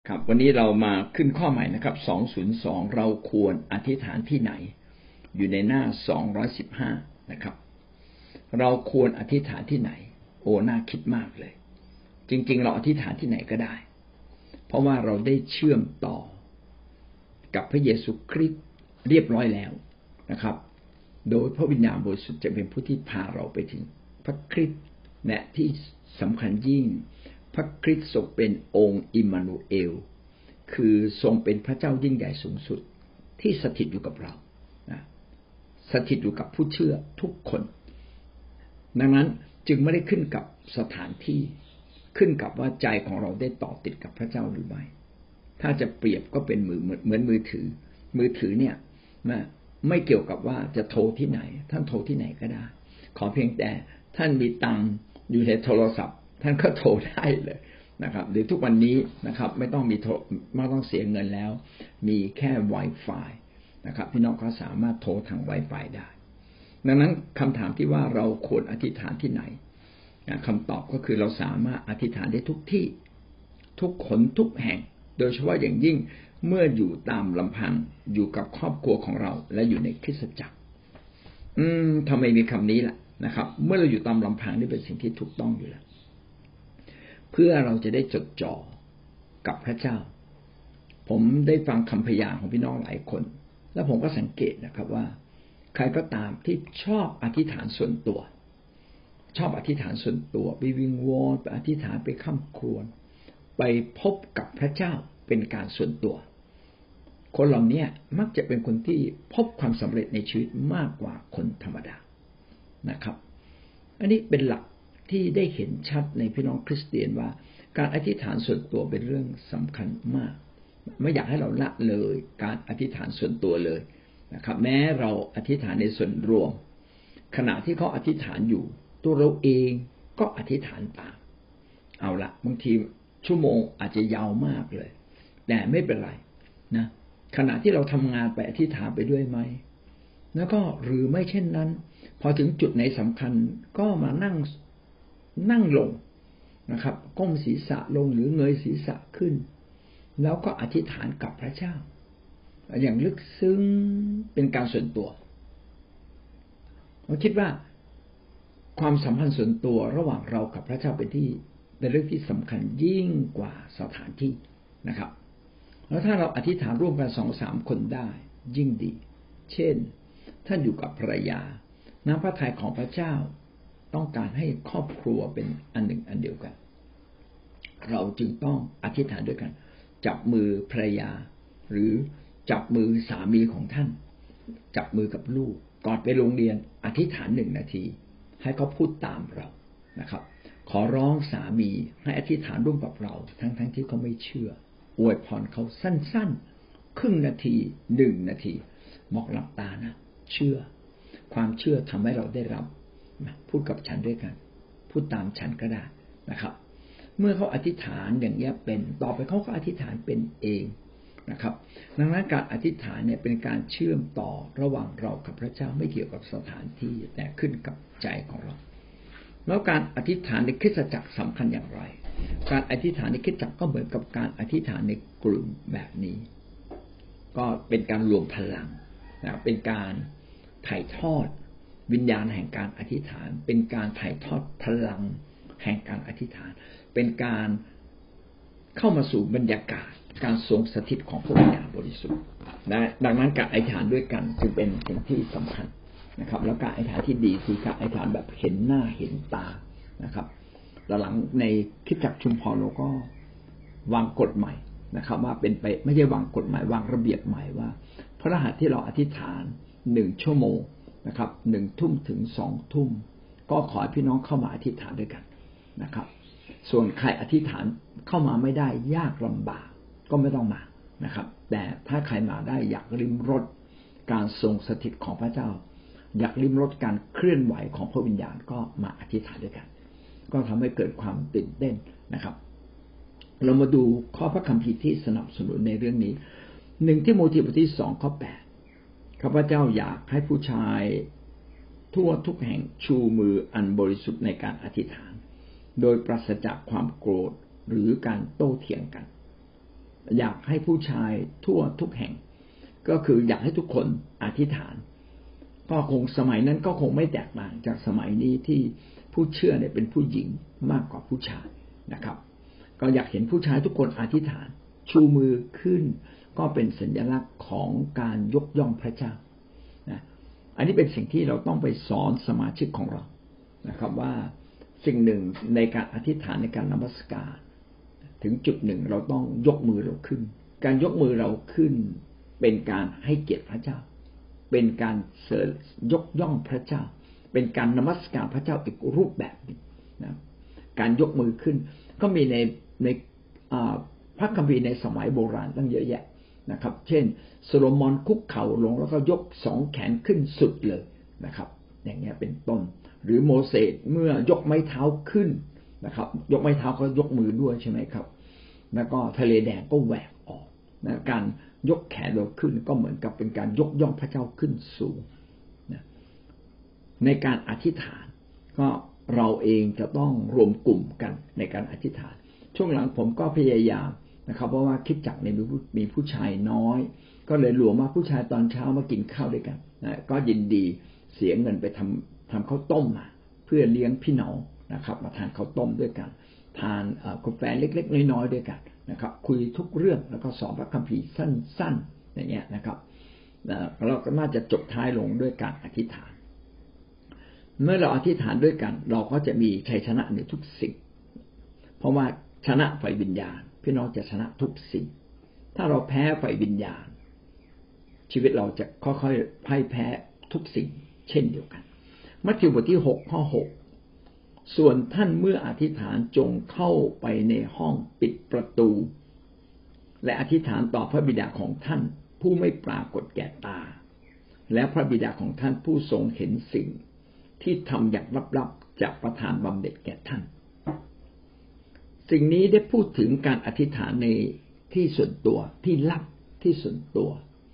ครับวันนี้เรามาขึ้นข้อใหม่นะครับ202เราควรอธิษฐานที่ไหนอยู่ในหน้า215นะครับเราควรอธิษฐานที่ไหนโอ้น่าคิดมากเลยจริงๆเราอธิษฐานที่ไหนก็ได้เพราะว่าเราได้เชื่อมต่อกับพระเยซูคริสต์เรียบร้อยแล้วนะครับโดยพระวิญญาณบริสุทธิ์จะเป็นผู้ที่พาเราไปถึงพระคริสต์และที่สำคัญยิ่งพระคริสต์ทรงเป็นองค์อิมมานูเอลคือทรงเป็นพระเจ้ายิ่งใหญ่สูงสุดที่สถิตอยู่กับเราสถิตอยู่กับผู้เชื่อทุกคนดังนั้นจึงไม่ได้ขึ้นกับสถานที่ขึ้นกับว่าใจของเราได้ต่อติดกับพระเจ้าหรือไม่ถ้าจะเปรียบก็เป็นเหมือนมือถือเนี่ยไม่เกี่ยวกับว่าจะโทรที่ไหนท่านโทรที่ไหนก็ได้ขอเพียงแต่ท่านมีตังค์อยู่ในโทรศัพท์ท่านก็โทรได้เลยนะครับหรือทุกวันนี้นะครับไม่ต้องเสียเงินแล้วมีแค่ Wi-Fi นะครับพี่น้องก็สามารถโทรทาง Wi-Fi ได้ดังนั้นคำถามที่ว่าเราควรอธิษฐานที่ไหนคำตอบก็คือเราสามารถอธิษฐานได้ทุกที่ทุกคนทุกแห่งโดยเฉพาะอย่างยิ่งเมื่ออยู่ตามลำพังอยู่กับครอบครัวของเราและอยู่ในคริสตจักรทำไมมีคำนี้ล่ะนะครับเมื่อเราอยู่ตามลำพังนี่เป็นสิ่งที่ถูกต้องอยู่แล้วเพื่อเราจะได้จดจ่อกับพระเจ้าผมได้ฟังคำพยานของพี่น้องหลายคนแล้วผมก็สังเกตนะครับว่าใครก็ตามที่ชอบอธิษฐานส่วนตัวชอบอธิษฐานส่วนตัวไปวิงวอนไปอธิษฐานไปค่ำครวญไปพบกับพระเจ้าเป็นการส่วนตัวคนเหล่านี้มักจะเป็นคนที่พบความสำเร็จในชีวิตมากกว่าคนธรรมดานะครับอันนี้เป็นหลักที่ได้เห็นชัดในพี่น้องคริสเตียนว่าการอธิษฐานส่วนตัวเป็นเรื่องสำคัญมากไม่อยากให้เราละเลยการอธิษฐานส่วนตัวเลยนะครับแม้เราอธิษฐานในส่วนรวมขณะที่เขาอธิษฐานอยู่ตัวเราเองก็อธิษฐานตามเอาละบางทีชั่วโมงอาจจะยาวมากเลยแต่ไม่เป็นไรนะขณะที่เราทำงานไปอธิษฐานไปด้วยไหมแล้วก็หรือไม่เช่นนั้นพอถึงจุดไหนสำคัญก็มานั่งลงนะครับก้มศีรษะลงหรือเงยศีรษะขึ้นแล้วก็อธิษฐานกับพระเจ้าอย่างลึกซึ้งเป็นการส่วนตัวผมคิดว่าความสัมพันธ์ส่วนตัวระหว่างเรากับพระเจ้าเป็นเรื่องที่สำคัญยิ่งกว่าสถานที่นะครับแล้วถ้าเราอธิษฐานร่วมกัน 2-3 คนได้ยิ่งดีเช่นท่านอยู่กับภรรยาน้ำพระทัยของพระเจ้าต้องการให้ครอบครัวเป็นอันหนึ่งอันเดียวกันเราจึงต้องอธิษฐานด้วยกันจับมือภรรยาหรือจับมือสามีของท่านจับมือกับลูกก่อนไปโรงเรียนอธิษฐาน1 นาทีให้เขาพูดตามเรานะครับขอร้องสามีให้อธิษฐานร่วมกับเราทั้งที่เขาไม่เชื่ออวยพรเขาสั้นๆครึ่งนาที1 นาทีบอกหลับตานะเชื่อความเชื่อทำให้เราได้รับพูดกับฉันด้วยกันพูดตามฉันก็ได้นะครับเมื่อเขาอธิษฐานอย่างนี้เป็นต่อไปเขาก็อธิษฐานเป็นเองนะครับดังนั้นการอธิษฐานเนี่ยเป็นการเชื่อมต่อระหว่างเรากับพระเจ้าไม่เกี่ยวกับสถานที่แต่ขึ้นกับใจของเราแล้วการอธิษฐานในคริสตจักรสำคัญอย่างไรการอธิษฐานในคริสตจักรก็เหมือนกับการอธิษฐานในกลุ่มแบบนี้ก็เป็นการรวมพลังนะเป็นการถ่ายทอดวิญญาณแห่งการอธิษฐานเป็นการถ่ายทอดพลังแห่งการอธิษฐานเป็นการเข้ามาสู่บรรยากาศการทรงสถิตของพระวิญญาณบริสุทธิ์นะดังนั้นการอธิษฐานด้วยกันจึงเป็นสิ่งที่สำคัญนะครับแล้วการอธิษฐานที่ดีคือการอธิษฐานแบบเห็นหน้าเห็นตานะครับหลังในคริสตจักรชุมพรเราก็วางกฎใหม่นะครับว่าเป็นไปไม่ใช่วางกฎหมายวางระเบียบใหม่ว่าพระรหัสที่เราอธิษฐาน1 ชั่วโมงนะครับ1 ทุ่มถึง2 ทุ่มก็ขอให้พี่น้องเข้ามาอธิษฐานด้วยกันนะครับส่วนใครอธิษฐานเข้ามาไม่ได้ยากลำบากก็ไม่ต้องมานะครับแต่ถ้าใครมาได้อยากลิ้มรสการทรงสถิตของพระเจ้าอยากลิ้มรสการเคลื่อนไหวของพระวิญญาณก็มาอธิษฐานด้วยกันก็ทำให้เกิดความตื่นเต้นนะครับเรามาดูข้อพระคัมภีร์ที่สนับสนุนในเรื่องนี้1 ทิโมธีบทที่2 ข้อ 8ข้าพเจ้าอยากให้ผู้ชายทั่วทุกแห่งชูมืออันบริสุทธิ์ในการอธิษฐานโดยปราศจากความโกรธหรือการโต้เถียงกันอยากให้ผู้ชายทั่วทุกแห่งก็คืออยากให้ทุกคนอธิษฐานก็คงสมัยนั้นก็คงไม่แตกต่างจากสมัยนี้ที่ผู้เชื่อเนี่ยเป็นผู้หญิงมากกว่าผู้ชายนะครับก็อยากเห็นผู้ชายทุกคนอธิษฐานชูมือขึ้นก็เป็นสัญลักษณ์ของการยกย่องพระเจ้านะอันนี้เป็นสิ่งที่เราต้องไปสอนสมาชิกของเรานะครับว่าสิ่งหนึ่งในการอธิษฐานในการนมัสการถึงจุดหนึ่งเราต้องยกมือเราขึ้นการยกมือเราขึ้นเป็นการให้เกียรติพระเจ้าเป็นการยกย่องพระเจ้าเป็นการนมัสการพระเจ้าอีกรูปแบบนึงนะการยกมือขึ้นก็มีในพระคัมภีร์ในสมัยโบราณตั้งเยอะแยะนะครับเช่นโซโลมอนคุกเข่าลงแล้วก็ยก2แขนขึ้นสุดเลยนะครับอย่างเงี้ยเป็นต้นหรือโมเสสเมื่อยกไม้เท้าขึ้นนะครับยกไม้เท้าก็ยกมือด้วยใช่ไหมครับแล้วก็ทะเลแดงก็แหวกออกนะการยกแขนเราขึ้นก็เหมือนกับเป็นการยกย่องพระเจ้าขึ้นสูงนะในการอธิษฐานก็เราเองจะต้องรวมกลุ่มกันในการอธิษฐานช่วงหลังผมก็พยายามนะครับเพราะว่าคริสตจักรเนี่ยมีผู้ชายน้อยก็เลยรวมว่าผู้ชายตอนเช้ามากินข้าวด้วยกันนะก็ยินดีเสียเงินไปทำข้าวต้มมาเพื่อเลี้ยงพี่น้องนะครับมาทานข้าวต้มด้วยกันทานกาแฟเล็กๆน้อยๆด้วยกันนะครับคุยทุกเรื่องแล้วก็สอนพระคัมภีร์สั้นๆอย่างเงี้ยนะครับเราก็น่าจะจบท้ายลงด้วยการอธิษฐานเมื่อเราอธิษฐานด้วยกันเราก็จะมีชัยชนะในทุกสิ่งเพราะว่าชนะฝ่ายวิญญาณพี่น้องจะชนะทุกสิ่งถ้าเราแพ้ฝ่ายวิญญาณชีวิตเราจะค่อยๆพ่ายแพ้ทุกสิ่งเช่นเดียวกันมัทธิวบทที่6ข้อ6ส่วนท่านเมื่ออธิษฐานจงเข้าไปในห้องปิดประตูและอธิษฐานต่อพระบิดาของท่านผู้ไม่ปรากฏแก่ตาและพระบิดาของท่านผู้ทรงเห็นสิ่งที่ทำอย่างลับๆจะประทานบำเหน็จแก่ท่านสิ่งนี้ได้พูดถึงการอธิษฐานในที่ส่วนตัวที่ลับที่ส่วนตัว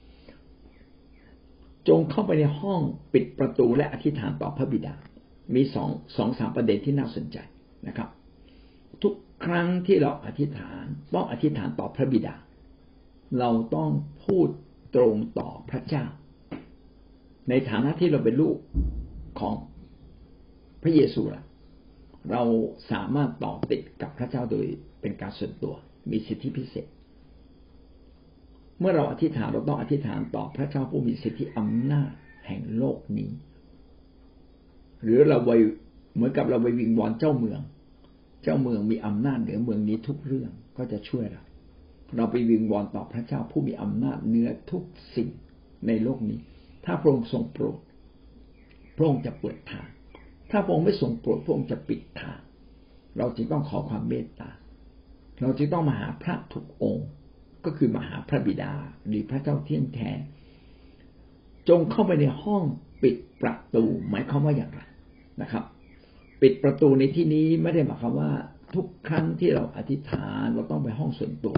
จงเข้าไปในห้องปิดประตูและอธิษฐานต่อพระบิดามี2-3ประเด็นที่น่าสนใจนะครับทุกครั้งที่เราอธิษฐานต้องอธิษฐานต่อพระบิดาเราต้องพูดตรงต่อพระเจ้าในฐานะที่เราเป็นลูกของพระเยซูล่ะเราสามารถต่อติดกับพระเจ้าโดยเป็นการส่วนตัวมีสิทธิพิเศษเมื่อเราอธิษฐานเราต้องอธิษฐานต่อพระเจ้าผู้มีสิทธิอำนาจแห่งโลกนี้หรือเราเหมือนกับเราไปวิงวอนเจ้าเมืองมีอำนาจเหนือเมืองนี้ทุกเรื่องก็จะช่วยเราไปวิงวอนต่อพระเจ้าผู้มีอำนาจเหนือทุกสิ่งในโลกนี้ถ้าพระองค์ทรงโปรดพระองค์จะเปิดทางถ้าพระองค์ไม่ทรงโปรดพระองค์จะปิดทางเราจึงต้องขอความเมตตาเราจึงต้องมาหาพระทุกองค์ก็คือมาหาพระบิดาหรือพระเจ้าเที่ยงแท้จงเข้าไปในห้องปิดประตูหมายความว่าอย่างไรนะครับปิดประตูในที่นี้ไม่ได้หมายความว่าทุกครั้งที่เราอธิษฐานเราต้องไปห้องส่วนตัว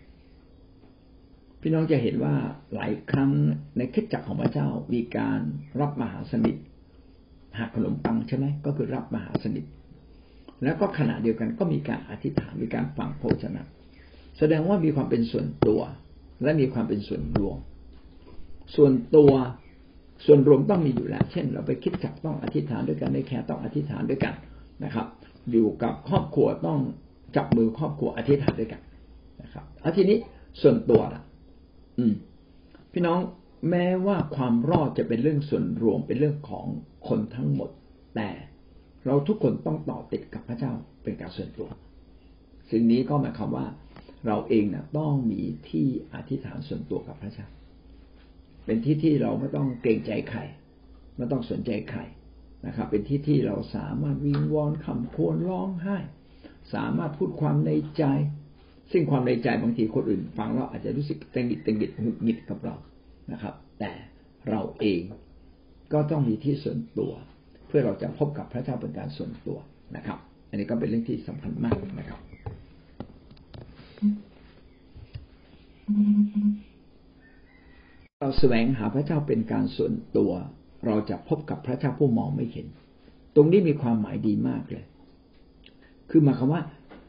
พี่น้องจะเห็นว่าหลายครั้งในคริสตจักรของพระเจ้ามีการรับมหาสนิทหักขนมปังใช่ไหมก็คือรับมหาสนิทแล้วก็ขณะเดียวกันก็มีการอธิษฐานมีการฟังพระวจนะแสดงว่ามีความเป็นส่วนตัวและมีความเป็นส่วนรวมส่วนตัวส่วนรวมต้องมีอยู่แล้วเช่นเราไปคริสตจักรต้องอธิษฐานด้วยกันในแคร์ต้องอธิษฐานด้วยกันนะครับอยู่กับครอบครัวต้องจับมือครอบครัวอธิษฐานด้วยกันนะครับเอาทีนี้ส่วนตัวล่ะพี่น้องแม้ว่าความรอดจะเป็นเรื่องส่วนรวมเป็นเรื่องของคนทั้งหมดแต่เราทุกคนต้องต่อติดกับพระเจ้าเป็นการส่วนตัวสิ่งนี้ก็หมายความว่าเราเองนะต้องมีที่อธิษฐานส่วนตัวกับพระเจ้าเป็นที่ที่เราไม่ต้องเกรงใจใครไม่ต้องสนใจใครนะครับเป็นที่ที่เราสามารถวิงวอนคำควรร้องไห้สามารถพูดความในใจซึ่งความในใจบางทีคนอื่นฟังแล้วอาจจะรู้สึกตังหงิดหงุดหงิดกับเรานะครับแต่เราเองก็ต้องมีที่ส่วนตัวเพื่อเราจะพบกับพระเจ้าเป็นการส่วนตัวนะครับอันนี้ก็เป็นเรื่องที่สำคัญมากนะครับเราแสวงหาพระเจ้าเป็นการส่วนตัวเราจะพบกับพระเจ้าผู้มองไม่เห็นตรงนี้มีความหมายดีมากเลยคือหมายความว่า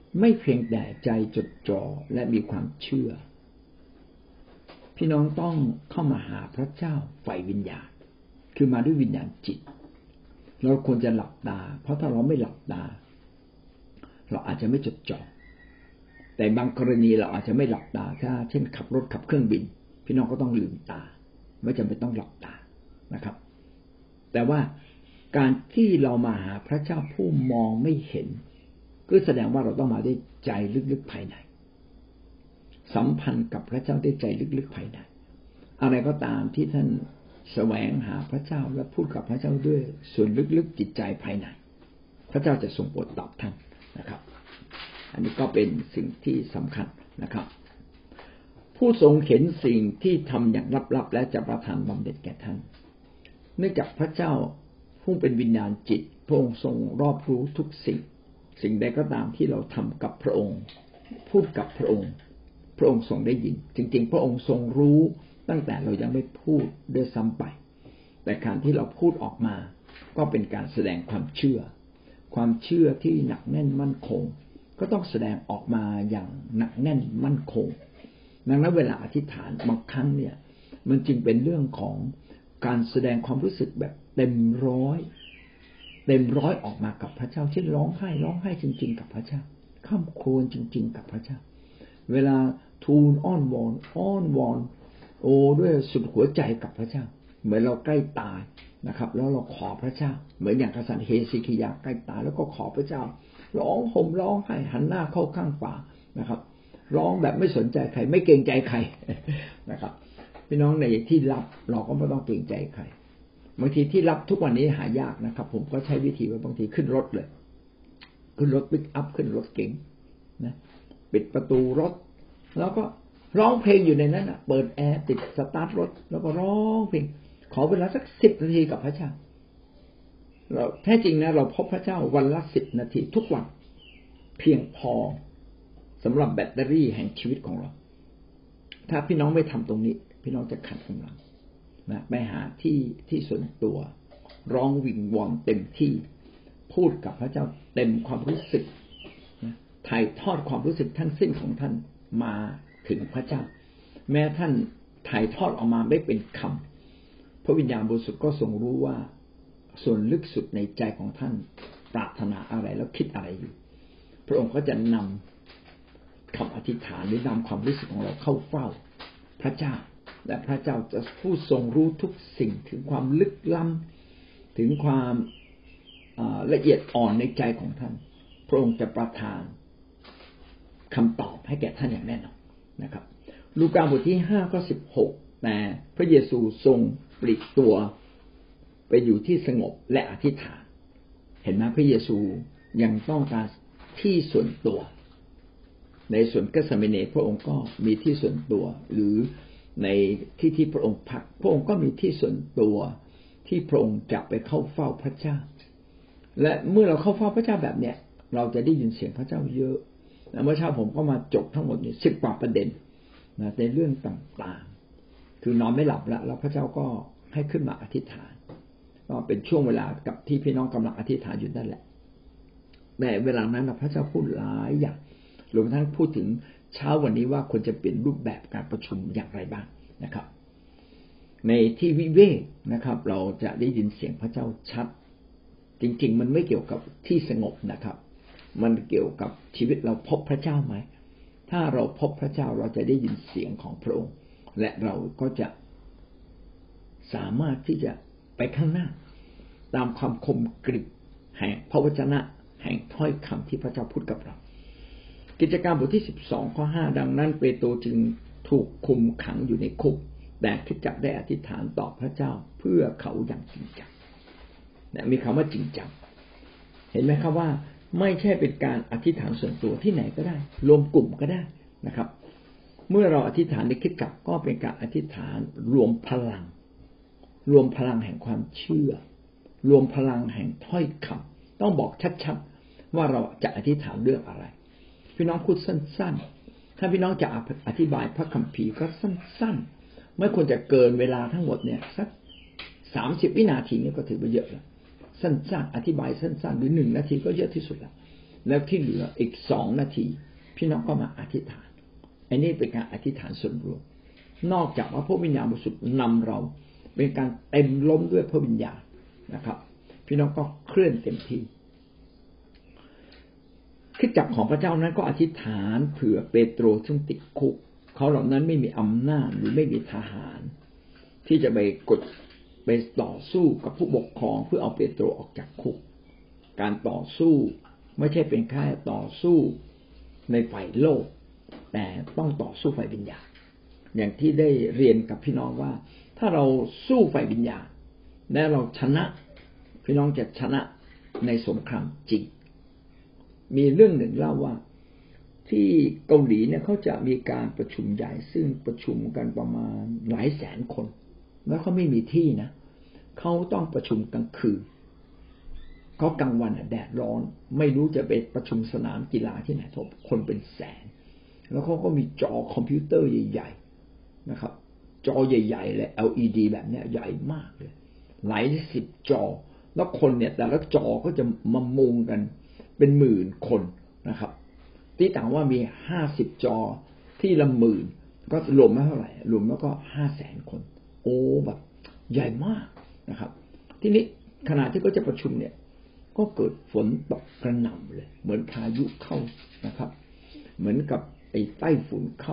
ไม่เพียงแต่ใจจดจ่อและมีความเชื่อพี่น้องต้องเข้ามาหาพระเจ้าฝ่ายวิญญาณคือมาด้วยวิญญาณจิตเราควรจะหลับตาเพราะถ้าเราไม่หลับตาเราอาจจะไม่จดจ่อแต่บางกรณีเราอาจจะไม่หลับตาถ้าเช่นขับรถขับเครื่องบินพี่น้องก็ต้องลืมตาไม่จำเป็นต้องหลับตานะครับแต่ว่าการที่เรามาหาพระเจ้าผู้มองไม่เห็นก็แสดงว่าเราต้องมาด้วยใจลึกๆภายในสัมพันธ์กับพระเจ้าด้วยใจลึกๆภายในอะไรก็ตามที่ท่านแสวงหาพระเจ้าและพูดกับพระเจ้าด้วยส่วนลึกๆจิตใจภายในพระเจ้าจะทรงโปรดตอบท่านนะครับอันนี้ก็เป็นสิ่งที่สำคัญนะครับผู้ทรงเห็นสิ่งที่ทำอย่างลับๆและจะประทานบำเหน็จแก่ท่านเนื่องจากพระเจ้าผู้เป็นวิญญาณจิตพระองค์ทรงรอบรู้ทุกสิ่งใดก็ตามที่เราทำกับพระองค์พูดกับพระองค์พระองค์ทรงได้ยินจริงๆพระองค์ทรงรู้ตั้งแต่เรายังไม่พูดด้วยซ้ำไปแต่การที่เราพูดออกมาก็เป็นการแสดงความเชื่อที่หนักแน่นมั่นคงก็ต้องแสดงออกมาอย่างหนักแน่นมั่นคงดังนั้นเวลาอธิษฐานบางครั้งเนี่ยมันจึงเป็นเรื่องของการแสดงความรู้สึกแบบเต็มร้อยออกมากับพระเจ้าเช่นร้องไห้จริงๆกับพระเจ้าข้ามโครวญจริงๆกับพระเจ้าเวลาทูลอ้อนวอนโอ้ด้วยสุดหัวใจกับพระเจ้าเหมือนเราใกล้ตายนะครับแล้วเราขอพระเจ้าเหมือนอย่างกษัตริย์เฮซิคิยาใกล้ตายแล้วก็ขอพระเจ้าร้องห่มร้องไห้หันหน้าเข้าข้างฝานะครับร้องแบบไม่สนใจใครไม่เกรงใจใครนะครับพี่น้องในที่รับเราก็ไม่ต้องเกรงใจใครบางทีที่รับทุกวันนี้หายากนะครับผมก็ใช้วิธีว่าบางทีขึ้นรถเลยขึ้นรถปิกอัพขึ้นรถเก๋งนะปิดประตูรถแล้วก็ร้องเพลงอยู่ในนั้นอ่ะเปิดแอร์ติดสตาร์ทรถแล้วก็ร้องเพลงขอเวลาสัก10 นาทีกับพระเจ้าเราแท้จริงนะเราพบพระเจ้าวันละ10 นาทีทุกวันเพียงพอสำหรับแบตเตอรี่แห่งชีวิตของเราถ้าพี่น้องไม่ทำตรงนี้พี่น้องจะขาดกำลังนะไปหาที่ส่วนตัวร้องวิงวอนเต็มที่พูดกับพระเจ้าเต็มความรู้สึกนะถ่ายทอดความรู้สึกทั้งสิ้นของท่านมาถึงพระเจ้าแม้ท่านถ่ายทอดออกมาไม่เป็นคำพระวิญญาณบริสุทธิ์ก็ทรงรู้ว่าส่วนลึกสุดในใจของท่านปรารถนาอะไรแล้วคิดอะไรอยู่พระองค์ก็จะนำคำอธิษฐานหรือนำความรู้สึกของเราเข้าเฝ้าพระเจ้าและพระเจ้าจะผู้ทรงรู้ทุกสิ่งถึงความลึกล้ำถึงความละเอียดอ่อนในใจของท่านพระองค์จะประทานคำตอบให้แก่ท่านอย่างแน่นอนนะครับลูกาบทที่5 ข้อ 16แต่พระเยซูทรงปลีกตัวไปอยู่ที่สงบและอธิษฐานเห็นไหมพระเยซูยังต้องการที่ส่วนตัวในสวนเกสเมเนพระองค์ก็มีที่ส่วนตัวหรือในที่พระองค์พักพระองค์ก็มีที่ส่วนตัวที่พระองค์จะไปเข้าเฝ้าพระเจ้าและเมื่อเราเข้าเฝ้าพระเจ้าแบบเนี้ยเราจะได้ยินเสียงพระเจ้าเยอะเมื่อเช้าผมก็มาจบทั้งหมดนี่10 กว่าประเด็นนะในเรื่องต่างๆคือนอนไม่หลับแล้วพระเจ้าก็ให้ขึ้นมาอธิษฐานก็เป็นช่วงเวลากับที่พี่น้องกำลังอธิษฐานอยู่นั่นแหละแต่เวลานั้นพระเจ้าพูดหลายอย่างรวมทั้งพูดถึงเช้าวันนี้ว่าควรจะเปลี่ยนรูปแบบการประชุมอย่างไรบ้างนะครับในที่วิเวกนะครับเราจะได้ยินเสียงพระเจ้าชัดจริงๆมันไม่เกี่ยวกับที่สงบนะครับมันเกี่ยวกับชีวิตเราพบพระเจ้าไหมถ้าเราพบพระเจ้าเราจะได้ยินเสียงของพระองค์และเราก็จะสามารถที่จะไปข้างหน้าตามความคมกริบแห่งพระวจนะแห่งถ้อยคำที่พระเจ้าพูดกับเรากิจการบทที่12 ข้อ 5ดังนั้นเปโตรจึงถูกคุมขังอยู่ในคุกแต่คริสตจักรได้อธิษฐานต่อพระเจ้าเพื่อเขาอย่างจริงจังมีคำว่าจริงจังเห็นไหมครับว่าไม่ใช่เป็นการอธิษฐานส่วนตัวที่ไหนก็ได้รวมกลุ่มก็ได้นะครับเมื่อเราอธิษฐานในคริสตจักรก็เป็นการอธิษฐานรวมพลังแห่งความเชื่อรวมพลังแห่งถ้อยคำต้องบอกชัดๆว่าเราจะอธิษฐานเรื่องอะไรพี่น้องพูดสั้นๆถ้าพี่น้องจะอธิบายพระคัมภีร์ก็สั้นๆไม่ควรจะเกินเวลาทั้งหมดเนี่ยสัก30 วินาทีนี่ก็ถือว่าเยอะแล้วสั้นๆอธิบายสั้นๆหรือ1 นาทีก็เยอะที่สุดแล้วแล้วที่เหลืออีก2 นาทีพี่น้องก็มาอธิษฐานอันนี้เป็นการอธิษฐานส่วนรวมนอกจากว่าพระวิญญาณบริสุทธิ์นำเราเป็นการเต็มล้นด้วยพระวิญญาณนะครับพี่น้องก็เคลื่อนเต็มที่คริสตจักรของพระเจ้านั้นก็อธิษฐานเผื่อเปโตรซึ่งติดคุกเขาเหล่านั้นไม่มีอำนาจหรือไม่มีทหารที่จะไปต่อสู้กับผู้ปกครองเพื่อเอาเปโตรออกจากคุกการต่อสู้ไม่ใช่เป็นแค่ต่อสู้ในฝ่ายโลกแต่ต้องต่อสู้ฝ่ายวิญญาณอย่างที่ได้เรียนกับพี่น้องว่าถ้าเราสู้ฝ่ายวิญญาณและเราชนะพี่น้องจะชนะในสงครามจริงมีเรื่องหนึ่งเล่าว่าที่เกาหลีเนี่ยเขาจะมีการประชุมใหญ่ซึ่งประชุมกันประมาณหลายแสนคนแล้วเขาไม่มีที่นะเขาต้องประชุมกลางคืนเขากลางวันแดดร้อนไม่รู้จะไปประชุมสนามกีฬาที่ไหนทบคนเป็นแสนแล้วเขาก็มีจอคอมพิวเตอร์ใหญ่ๆนะครับจอใหญ่ๆเลย LED แบบเนี้ยใหญ่มากเลยหลาย10 จอแล้วคนเนี่ยแต่ละจอก็จะมามุงกันเป็นหมื่นคนนะครับที่ต่างว่ามี50 จอที่ละหมื่นก็รวมไม่เท่าไหร่รวมแล้วก็500,000 คนโอ้แบบใหญ่มากนะครับทีนี้ขณะที่เขาจะประชุมเนี่ยก็เกิดฝนตกกระหน่ำเลยเหมือนพายุเข้านะครับเหมือนกับไอ้ไต้ฝุ่นเข้า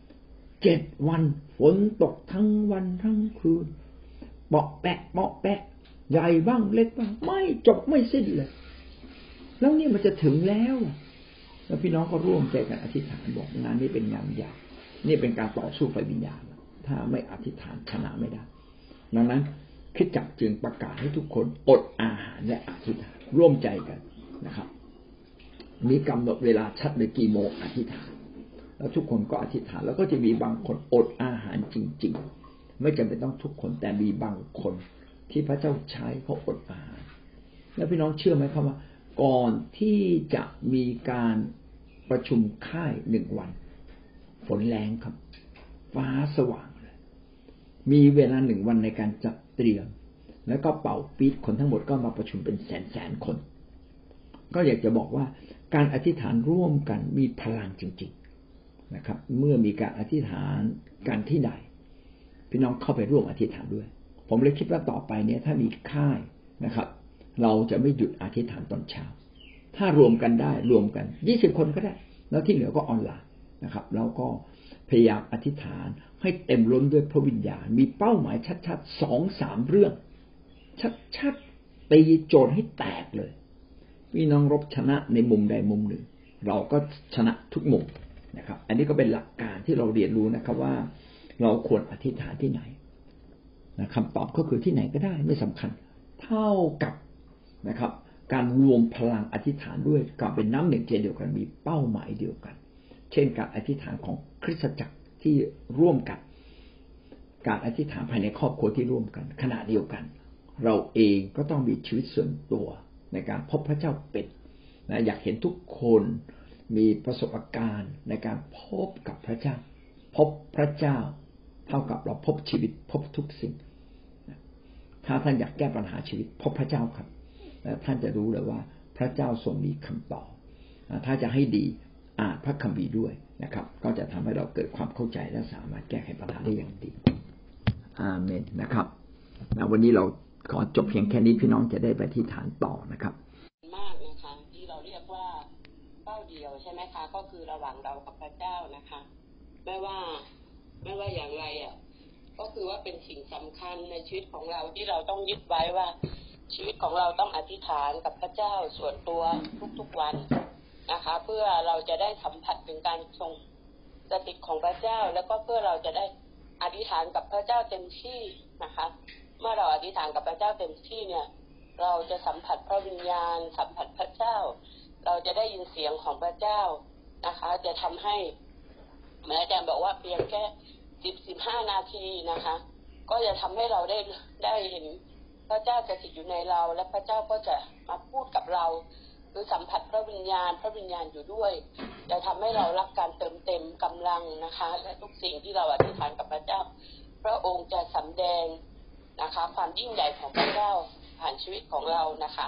7 วันฝนตกทั้งวันทั้งคืนเปาะแปะเปาะแปะใหญ่บ้างเล็กบ้างไม่จบไม่สิ้นเลยแล้วนี่มันจะถึงแล้วพี่น้องก็ร่วมใจกันอธิษฐานบอกงานนี้เป็นงานใหญ่นี่เป็นการต่อสู้ไฟวิญญาณถ้าไม่อธิษฐานชนะไม่ได้ดังนั้นคริสตจักรจึงประกาศให้ทุกคนอดอาหารและอธิษฐานร่วมใจกันนะครับมีกำหนดเวลาชัดเลยกี่โมงอธิษฐานแล้วทุกคนก็อธิษฐานแล้วก็จะมีบางคนอดอาหารจริงๆไม่จำเป็นต้องทุกคนแต่มีบางคนที่พระเจ้าใช้เขาอดอาหารแล้วพี่น้องเชื่อไหมครับว่าก่อนที่จะมีการประชุมค่าย1 วันฝนแรงครับฟ้าสว่างเลยมีเวลา1 วันในการจัดเตรียมแล้วก็เป่าปี๊บคนทั้งหมดก็มาประชุมเป็นแสนคนก็อยากจะบอกว่าการอธิษฐานร่วมกันมีพลังจริงๆนะครับเมื่อมีการอธิษฐานกันที่ใดพี่น้องเข้าไปร่วมอธิษฐานด้วยผมเลยคิดว่าต่อไปเนี่ยถ้ามีค่ายนะครับเราจะไม่หยุดอธิษฐานตอนเช้าถ้ารวมกันได้รวมกัน20 คนก็ได้แล้วที่เหลือก็ออนไลน์นะครับแล้วก็พยายามอธิษฐานให้เต็มล้นด้วยพระวิญญาณมีเป้าหมายชัดๆ2-3 เรื่องชัดๆตีโจทย์ให้แตกเลยพี่น้องรบชนะในมุมใดมุมหนึ่งเราก็ชนะทุกมุมนะครับอันนี้ก็เป็นหลักการที่เราเรียนรู้นะครับว่าเราควรอธิษฐานที่ไหนนะคำตอบก็คือที่ไหนก็ได้ไม่สำคัญเท่ากับนะครับการรวมพลังอธิษฐานด้วยการเป็นน้ำหนึ่งใจเดียวกันมีเป้าหมายเดียวกันเช่นการอธิษฐานของคริสตจักรที่ร่วมกันการอธิษฐานภายในครอบครัวที่ร่วมกันขณะเดียวกันเราเองก็ต้องมีชีวิตส่วนตัวในการพบพระเจ้าเป็นนะอยากเห็นทุกคนมีประสบการณ์ในการพบกับพระเจ้าพบพระเจ้าเท่ากับเราพบชีวิตพบทุกสิ่งถ้าท่านอยากแก้ปัญหาชีวิตพบพระเจ้าครับและท่านจะรู้เลยว่าพระเจ้าทรงมีคำตอบถ้าจะให้ดีอ่านพระคัมภีร์ด้วยนะครับก็จะทำให้เราเกิดความเข้าใจและสามารถแก้ไขปัญหาได้อย่างดีอาเมนนะครับวันนี้เราขอจบเพียงแค่นี้พี่น้องจะได้ไปที่ฐานต่อนะครับมากนะคะที่เราเรียกว่าเป้าเดียวใช่ไหมคะก็คือระหว่างเรากับพระเจ้านะคะไม่ว่าอย่างไรก็คือว่าเป็นสิ่งสำคัญในชีวิตของเราที่เราต้องยึดไว้ว่าชีวิตของเราต้องอธิษฐานกับพระเจ้าส่วนตัวทุกๆวันนะคะเพื่อเราจะได้สัมผัสถึงการทรงสถิตของพระเจ้าแล้วก็เพื่อเราจะได้อธิษฐานกับพระเจ้าเต็มที่นะคะเมื่อเราอธิษฐานกับพระเจ้าเต็มที่เนี่ยเราจะสัมผัสพระวิญญาณสัมผัสพระเจ้าเราจะได้ยินเสียงของพระเจ้านะคะจะทำให้เหมือนอาจารย์บอกว่าเพียงแค่10-15 นาทีนะคะก็จะทำให้เราได้เห็นพระเจ้าสถิตอยู่ในเราและพระเจ้าก็จะมาพูดกับเราหรือสัมผัสพระวิญญาณอยู่ด้วยจะทำให้เรารับการเติมเต็มกำลังนะคะและทุกสิ่งที่เราอธิษฐานกับพระเจ้าพระองค์จะสำแดงนะคะความยิ่งใหญ่ของพระเจ้าผ่านชีวิตของเรานะคะ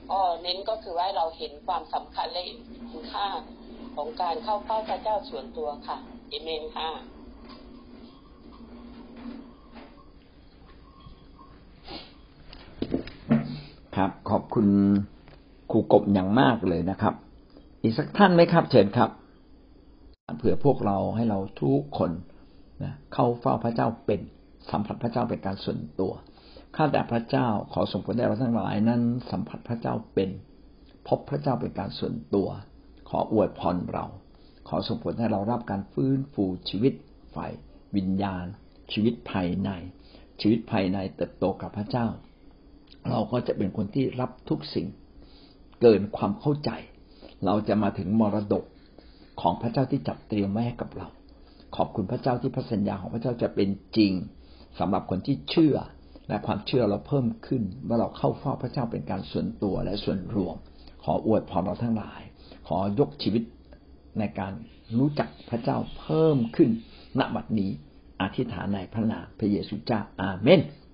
ก็เน้นก็คือว่าเราเห็นความสำคัญและคุณค่าของการเข้าเฝ้าพระเจ้าส่วนตัวค่ะเอเมนค่ะครับขอบคุณครูกบอย่างมากเลยนะครับอีกสักท่านไหมครับเชิญครับเผื่อพวกเราให้เราทุกคนนะเข้าเฝ้าพระเจ้าเป็นสัมผัสพระเจ้าเป็นการส่วนตัวข้าแต่พระเจ้าขอส่งผลให้เราทั้งหลายนั้นสัมผัสพระเจ้าเป็นพบพระเจ้าเป็นการส่วนตัวขออวยพรเราขอส่งผลให้เรารับการฟื้นฟูชีวิตฝ่ายวิญญาณชีวิตภายในเติบโตกับพระเจ้าเราก็จะเป็นคนที่รับทุกสิ่งเกินความเข้าใจเราจะมาถึงมรดกของพระเจ้าที่จัดเตรียมไว้ให้กับเราขอบคุณพระเจ้าที่พระสัญญาของพระเจ้าจะเป็นจริงสำหรับคนที่เชื่อและความเชื่อเราเพิ่มขึ้นเมื่อเราเข้าเฝ้าพระเจ้าเป็นการส่วนตัวและส่วนรวมขออวยพรเราทั้งหลายขอยกชีวิตในการรู้จักพระเจ้าเพิ่มขึ้นณบัดนี้อธิษฐานในพระนามพระเยซูเจ้าอาเมน